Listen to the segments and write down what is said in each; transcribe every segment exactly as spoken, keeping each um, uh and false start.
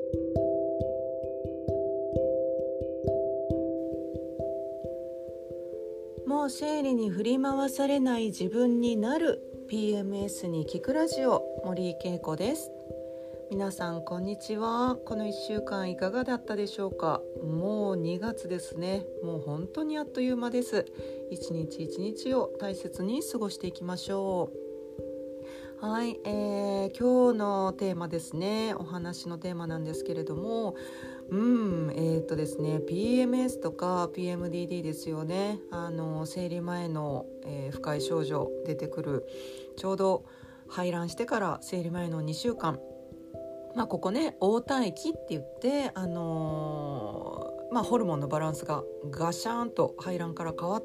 もう生理に振り回されない自分になる ピーエムエス に聞くラジオ、森井恵子です。皆さんこんにちは。このいっしゅうかんいかがだったでしょうか。もうにがつですね。もう本当にあっという間です。一日一日を大切に過ごしていきましょう。はい、えー、今日のテーマですね。お話のテーマなんですけれども、うんえー、っとですね ピーエムエス とか ピーエムディーディー ですよね。あの生理前の、えー、不快症状出てくる、ちょうど排卵してから生理前のにしゅうかん、まあここね黄体期って言って、あのーまあ、ホルモンのバランスがガシャーンと排卵から変わって、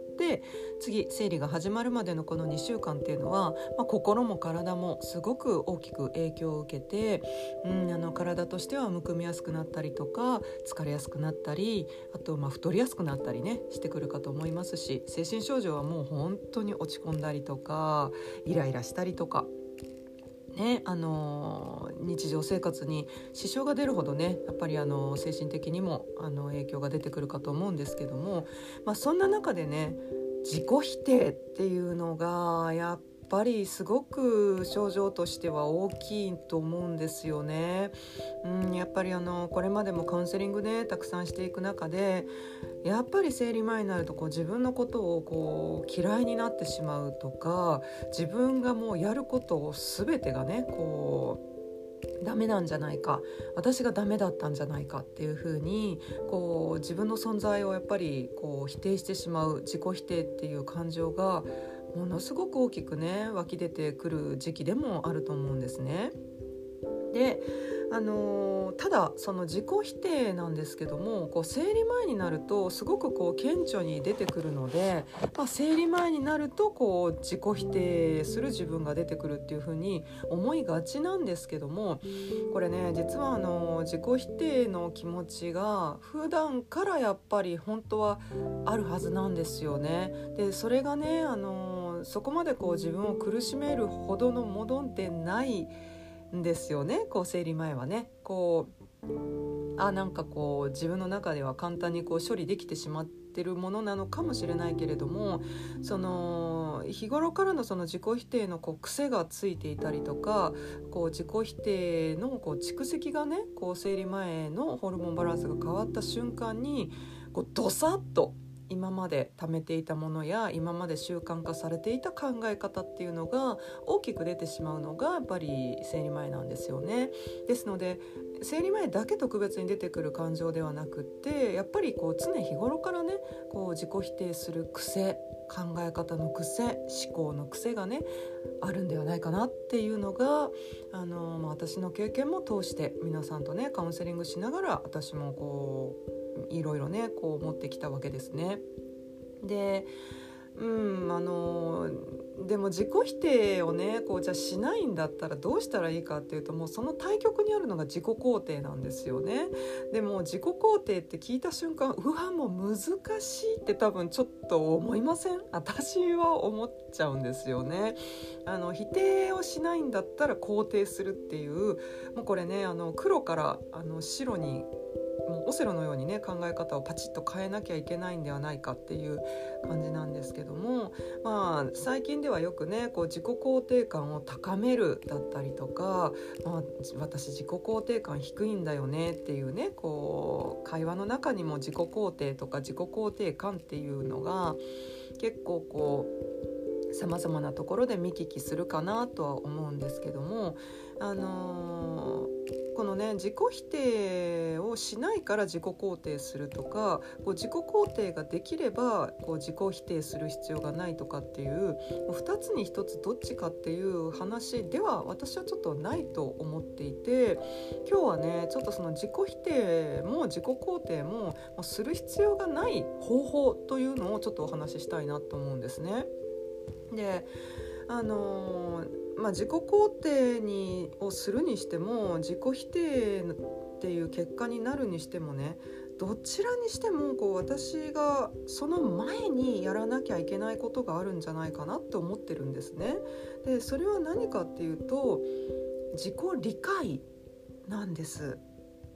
次生理が始まるまでのこのにしゅうかんっていうのは、まあ、心も体もすごく大きく影響を受けて、うん、あの体としてはむくみやすくなったりとか、疲れやすくなったり、あとまあ太りやすくなったりねしてくるかと思いますし、精神症状はもう本当に落ち込んだりとか、イライラしたりとかね、あの日常生活に支障が出るほどね、やっぱりあの精神的にもあの影響が出てくるかと思うんですけども、まあ、そんな中でね、自己否定っていうのがやっぱりすごく症状としては大きいと思うんですよね。うん、やっぱりあのこれまでもカウンセリングねたくさんしていく中で、やっぱり生理前になるとこう自分のことをこう嫌いになってしまうとか、自分がもうやることを全てがねこうダメなんじゃないか、私がダメだったんじゃないかっていう風にこう自分の存在をやっぱりこう否定してしまう、自己否定っていう感情がものすごく大きくね湧き出てくる時期でもあると思うんですね。であのー、ただその自己否定なんですけども、こう生理前になるとすごくこう顕著に出てくるので、まあ、生理前になるとこう自己否定する自分が出てくるっていう風に思いがちなんですけども、これね実はあの自己否定の気持ちが普段からやっぱり本当はあるはずなんですよね。でそれがね、あのそこまでこう自分を苦しめるほどのものでないんですよね。こう生理前はね、こうあなんかこう自分の中では簡単にこう処理できてしまってるものなのかもしれないけれども、その日頃からのその自己否定のこう癖がついていたりとか、こう自己否定のこう蓄積がね、こう生理前のホルモンバランスが変わった瞬間にこうドサッと今まで貯めていたものや今まで習慣化されていた考え方っていうのが大きく出てしまうのがやっぱり生理前なんですよね。ですので生理前だけ特別に出てくる感情ではなくって、やっぱりこう常日頃からねこう自己否定する癖、考え方の癖、思考の癖がねあるんではないかなっていうのが、あの、まあ、私の経験も通して皆さんとねカウンセリングしながら私もこういろいろねこう持ってきたわけですね。で、うんあのでも自己否定をねこうじゃあしないんだったらどうしたらいいかっていうと、もうその対極にあるのが自己肯定なんですよね。でも自己肯定って聞いた瞬間、うわもう難しいって多分ちょっと思いません？私は思っちゃうんですよね。あの否定をしないんだったら肯定するっていう、もうこれねあの黒からあの白にもうオセロのようにね考え方をパチッと変えなきゃいけないんではないかっていう感じなんですけども、まあ最近ではよくねこう自己肯定感を高めるだったりとか、まあ、私自己肯定感低いんだよねっていうねこう会話の中にも自己肯定とか自己肯定感っていうのが結構こうさまざまなところで見聞きするかなとは思うんですけども、あのーこのね自己否定をしないから自己肯定するとか、こう自己肯定ができればこう自己否定する必要がないとかっていう、もうふたつにひとつどっちかっていう話では私はちょっとないと思っていて、今日はねちょっとその自己否定も自己肯定ももうする必要がない方法というのをちょっとお話ししたいなと思うんですね。であのーまあ、自己肯定にをするにしても自己否定っていう結果になるにしてもね、どちらにしてもこう私がその前にやらなきゃいけないことがあるんじゃないかなって思ってるんですね。でそれは何かっていうと自己理解なんです。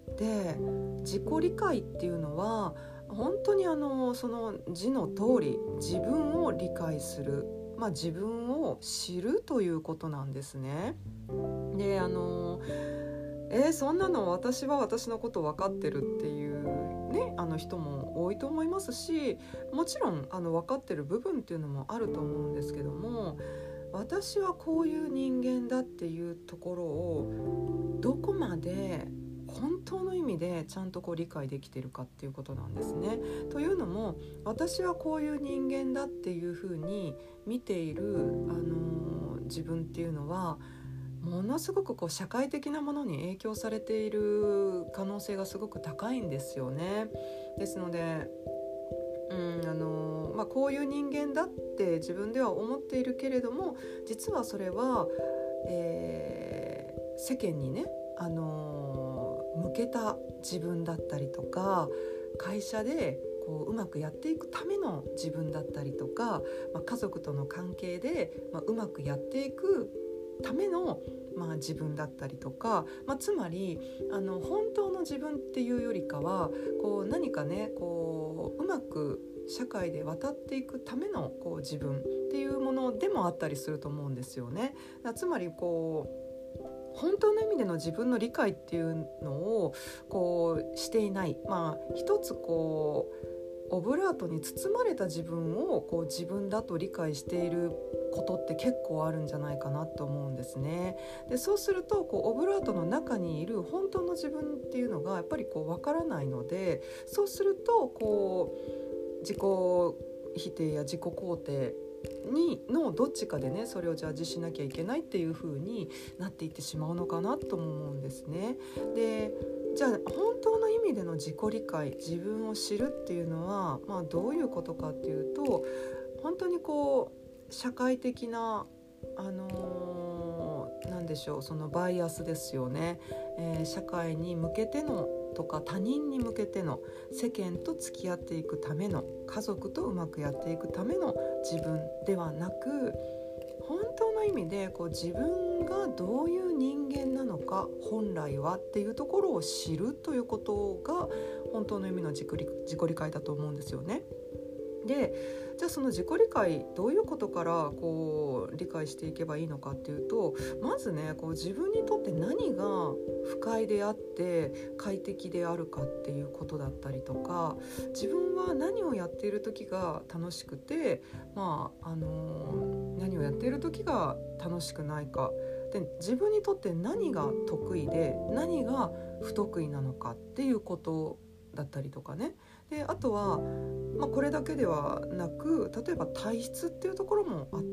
で自己理解っていうのは本当にあのその字の通り自分を理解する、まあ、自分を知るということなんですね。であのえー、そんなの私は私のこと分かってるっていうね、あの人も多いと思いますし、もちろんあの分かってる部分っていうのもあると思うんですけども、私はこういう人間だっていうところをどこまで本当の意味でちゃんとこう理解できているかっていうことなんですね。というのも、私はこういう人間だっていうふうに見ている、あのー、自分っていうのはものすごくこう社会的なものに影響されている可能性がすごく高いんですよね。ですので、うんあのまあ、こういう人間だって自分では思っているけれども、実はそれは、えー、世間にね、あの向けた自分だったりとか、会社でこううまくやっていくための自分だったりとか、まあ、家族との関係で、まあ、うまくやっていくための、まあ、自分だったりとか、まあ、つまりあの本当の自分っていうよりかはこう何かねこううまく社会で渡っていくためのこう自分っていうものでもあったりすると思うんですよね。だつまりこう本当の意味での自分の理解っていうのをこうしていない、まあ、一つこうオブラートに包まれた自分をこう自分だと理解していることって結構あるんじゃないかなと思うんですね。でそうするとこうオブラートの中にいる本当の自分っていうのがやっぱりこう分からないので、そうするとこう自己否定や自己肯定にのどっちかでね、それをジャッジしなきゃいけないっていう風になっていってしまうのかなとも思うんですね。でじゃあ本当の意味での自己理解、自分を知るっていうのは、まあ、どういうことかっていうと、本当にこう社会的なあのー、なんでしょうそのバイアスですよね、えー、社会に向けてのとか他人に向けての、世間と付き合っていくための、家族とうまくやっていくための自分ではなく、本当の意味でこう自分がどういう人間なのか本来はっていうところを知るということが本当の意味の自己理、自己理解だと思うんですよね。でじゃあその自己理解どういうことからこう理解していけばいいのかっていうと、まずねこう自分にとって何が不快であって快適であるかっていうことだったりとか、自分は何をやっている時が楽しくて、まああのー、何をやっている時が楽しくないかで、自分にとって何が得意で何が不得意なのかっていうことだったりとかね。であとは、まあ、これだけではなく、例えば体質っていうところもあって、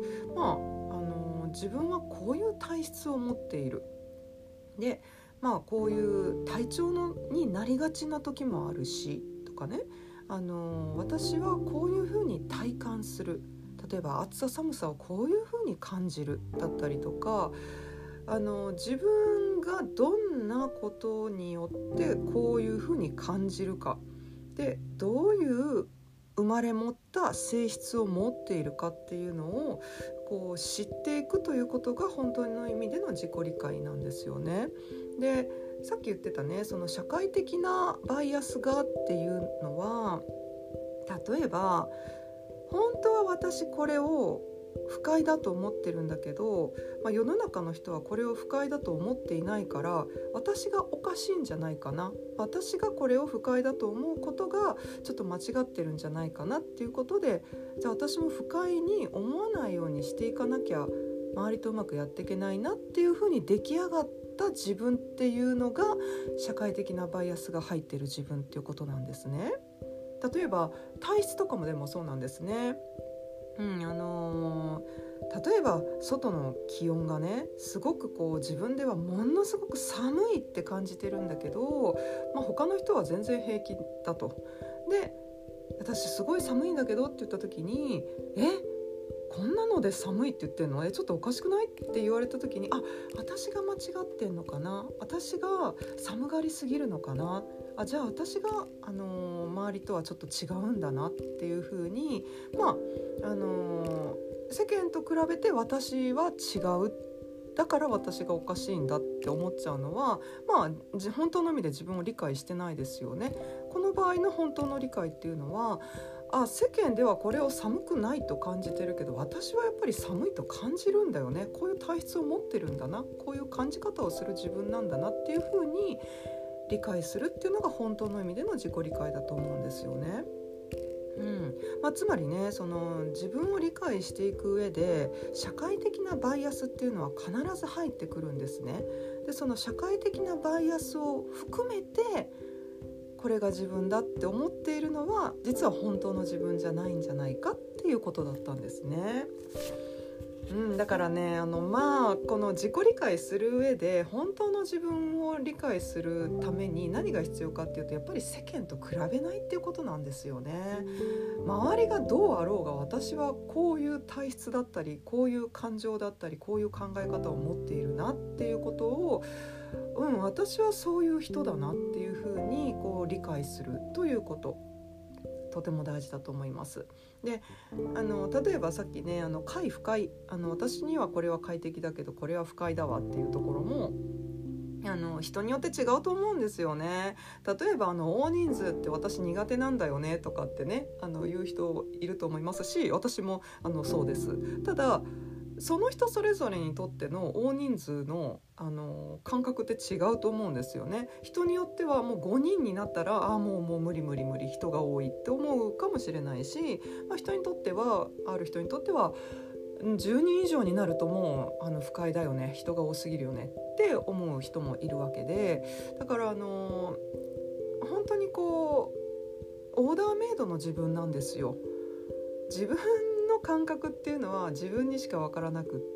まああの自分はこういう体質を持っている。で、まあ、こういう体調のになりがちな時もあるしとかね、あの私はこういうふうに体感する。例えば暑さ寒さをこういうふうに感じるだったりとか、あの自分がどんなことによってこういうふうに感じるかで、どういう生まれ持った性質を持っているかっていうのをこう知っていくということが本当の意味での自己理解なんですよね。でさっき言ってたね、その社会的なバイアスがっていうのは、例えば本当は私これを不快だと思ってるんだけど、まあ、世の中の人はこれを不快だと思っていないから、私がおかしいんじゃないかな、私がこれを不快だと思うことがちょっと間違ってるんじゃないかなっていうことで、じゃあ私も不快に思わないようにしていかなきゃ周りとうまくやっていけないなっていうふうに出来上がった自分っていうのが社会的なバイアスが入っている自分っていうことなんですね。例えば体質とかもでもそうなんですね。うんあのー、例えば外の気温がねすごくこう自分ではものすごく寒いって感じてるんだけど、まあ、他の人は全然平気だと。で私すごい寒いんだけどって言った時に、えこんなので寒いって言ってんの、えちょっとおかしくないって言われた時に、あ私が間違ってんのかな、私が寒がりすぎるのかな、あじゃあ私が、あのー、周りとはちょっと違うんだなっていう風に、まああのー、世間と比べて私は違う、 だから私がおかしいんだって思っちゃうのは、まあ本当の意味で自分を理解してないですよね。この場合の本当の理解っていうのは、あ、世間ではこれを寒くないと感じてるけど、私はやっぱり寒いと感じるんだよね。こういう体質を持ってるんだな、こういう感じ方をする自分なんだなっていうふうに理解するっていうのが本当の意味での自己理解だと思うんですよね。うんまあ、つまりね、その自分を理解していく上で社会的なバイアスっていうのは必ず入ってくるんですね。でその社会的なバイアスを含めてこれが自分だって思っているのは実は本当の自分じゃないんじゃないかっていうことだったんですね。うん、だからね、あのまあこの自己理解する上で本当の自分を理解するために何が必要かっていうと、やっぱり世間と比べないっていうことなんですよね。周りがどうあろうが私はこういう体質だったり、こういう感情だったり、こういう考え方を持っているなっていうことを、うん、私はそういう人だなっていうふうにこう理解するということ、とても大事だと思います。で、あの例えばさっきね、あの快不快、あの私にはこれは快適だけどこれは不快だわっていうところもあの人によって違うと思うんですよね。例えばあの大人数って私苦手なんだよねとかってね、あの言う人いると思いますし、私もあのそうです。ただその人それぞれにとっての大人数の、あの感覚って違うと思うんですよね。人によってはもうごにんになったらあもうもう無理無理無理人が多いって思うかもしれないし、まあ、人にとってはある人にとってはじゅうにん以上になるともうあの不快だよね、人が多すぎるよねって思う人もいるわけで、だからあの本当にこうオーダーメイドの自分なんですよ。自分の感覚っていうのは自分にしか分からなくって、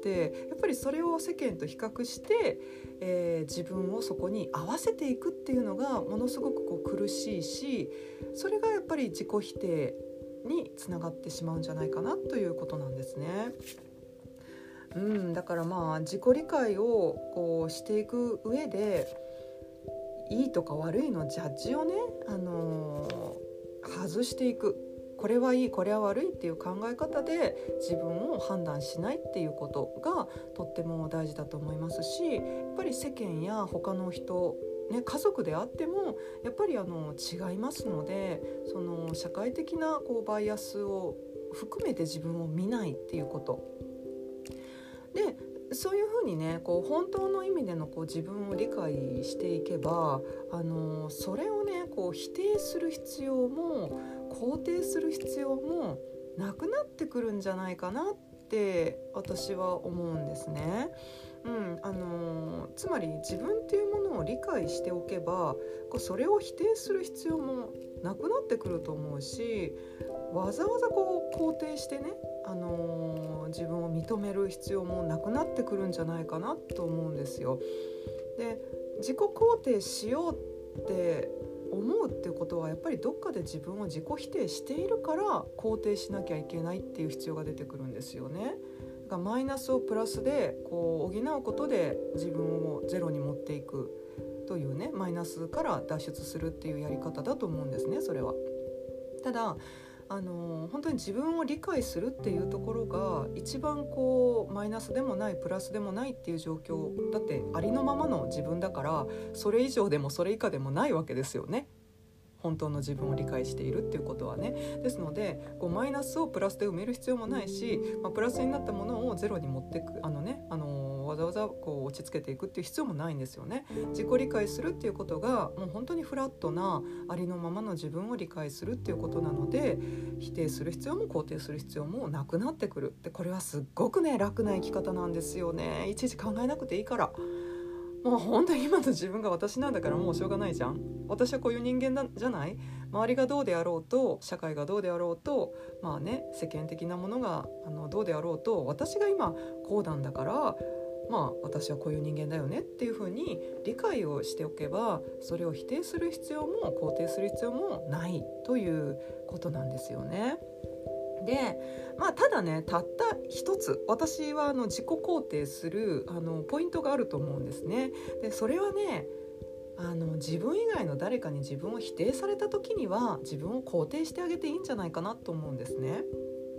やっぱりそれを世間と比較して、えー、自分をそこに合わせていくっていうのがものすごくこう苦しいし、それがやっぱり自己否定につながってしまうんじゃないかなということなんですね。うん、だからまあ自己理解をこうしていく上でいいとか悪いのジャッジをね、あのー、外していく、これはいいこれは悪いっていう考え方で自分を判断しないっていうことがとっても大事だと思いますし、やっぱり世間や他の人ね、家族であってもやっぱりあの違いますので、その社会的なこうバイアスを含めて自分を見ないっていうことで、そういうふうにね、こう本当の意味でのこう自分を理解していけば、あのそれをねこう否定する必要も肯定する必要もなくなってくるんじゃないかなって私は思うんですね。うんあのつまり自分っていうものを理解しておけば、こうそれを否定する必要もなくなってくると思うし、わざわざこう肯定してね、あのー、自分を認める必要もなくなってくるんじゃないかなと思うんですよ。で、自己肯定しようって思うってことはやっぱりどっかで自分を自己否定しているから肯定しなきゃいけないっていう必要が出てくるんですよね。だからマイナスをプラスでこう補うことで自分をゼロに持っていくというね、マイナスから脱出するっていうやり方だと思うんですね、それは。ただあの本当に自分を理解するっていうところが一番こうマイナスでもないプラスでもないっていう状況だって、ありのままの自分だから、それ以上でもそれ以下でもないわけですよね。本当の自分を理解しているっていうことはね。ですのでこうマイナスをプラスで埋める必要もないし、まあ、プラスになったものをゼロに持っていく、あのね、あのー、わざわざこう落ち着けていくっていう必要もないんですよね。自己理解するっていうことがもう本当にフラットなありのままの自分を理解するっていうことなので、否定する必要も肯定する必要もなくなってくる。でこれはすっごくね楽な生き方なんですよね。いちいち考えなくていいから。もう本当に今の自分が私なんだからもうしょうがないじゃん。私はこういう人間だじゃない。周りがどうであろうと、社会がどうであろうと、まあね、世間的なものがあのどうであろうと、私が今こうなんだから、まあ私はこういう人間だよねっていうふうに理解をしておけば、それを否定する必要も肯定する必要もないということなんですよね。で、まあ、ただね、たった一つ私はあの自己肯定するあのポイントがあると思うんですね。でそれはね、あの自分以外の誰かに自分を否定された時には自分を肯定してあげていいんじゃないかなと思うんですね。あ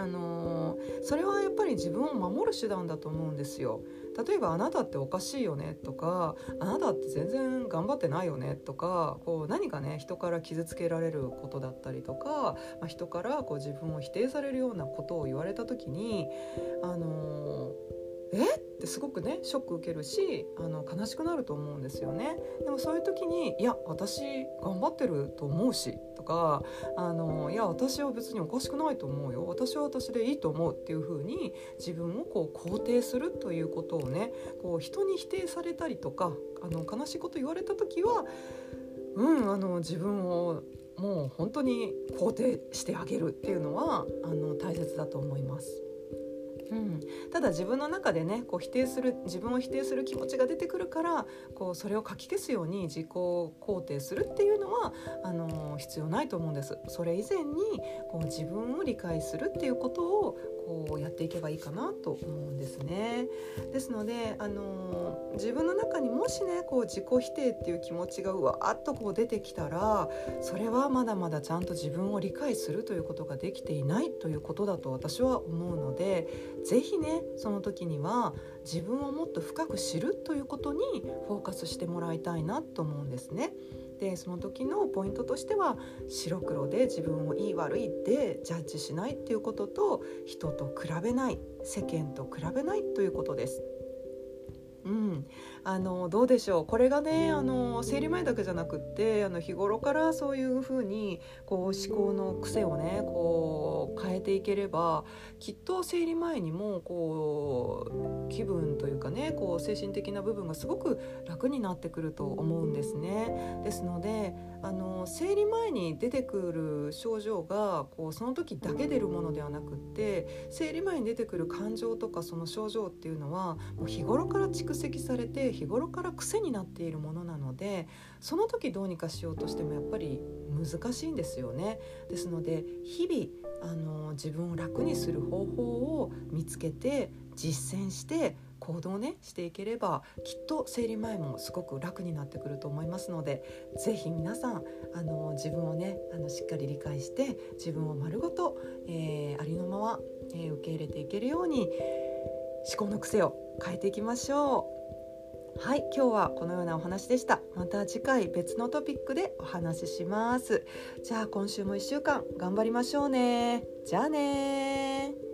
あのー、それはやっぱり自分を守る手段だと思うんですよ。例えばあなたっておかしいよねとか、あなたって全然頑張ってないよねとか、こう何かね人から傷つけられることだったりとか、まあ、人からこう自分を否定されるようなことを言われた時に、あのーえってすごくねショック受けるし、あの悲しくなると思うんですよね。でもそういう時に、いや私頑張ってると思うしとか、あのいや私は別におかしくないと思うよ、私は私でいいと思うっていう風に自分をこう肯定するということをね、こう人に否定されたりとか、あの悲しいこと言われた時は、うんあの自分をもう本当に肯定してあげるっていうのはあの大切だと思います。うん、ただ自分の中でねこう否定する自分を否定する気持ちが出てくるから、こうそれをかき消すように自己肯定するっていうのはあの必要ないと思うんです。それ以前にこう自分を理解するっていうことをこうやっていけばいいかなと思うんですね。ですのであの自分の中にもしねこう自己否定っていう気持ちがうわーっとこう出てきたら、それはまだまだちゃんと自分を理解するということができていないということだと私は思うので、ぜひねその時には自分をもっと深く知るということにフォーカスしてもらいたいなと思うんですね。でその時のポイントとしては、白黒で自分をいい悪いでジャッジしないっていうことと、人と比べない、世間と比べないということです。うん、あのどうでしょう、これがねあの生理前だけじゃなくってあの日頃からそういう風にこう思考の癖をねこう変えていければ、きっと生理前にもこう気分というかねこう精神的な部分がすごく楽になってくると思うんですね。ですのであの生理前に出てくる症状がこうその時だけ出るものではなくって、生理前に出てくる感情とかその症状っていうのはもう日頃から蓄積されて日頃から癖になっているものなので、その時どうにかしようとしてもやっぱり難しいんですよね。ですので日々あの自分を楽にする方法を見つけて実践して行動ねしていければ、きっと生理前もすごく楽になってくると思いますので、ぜひ皆さんあの自分をねあのしっかり理解して自分を丸ごと、えー、ありのまま、えー、受け入れていけるように思考の癖を変えていきましょう。はい、今日はこのようなお話でした。また次回別のトピックでお話しします。じゃあ今週もいっしゅうかん頑張りましょうね。じゃあね。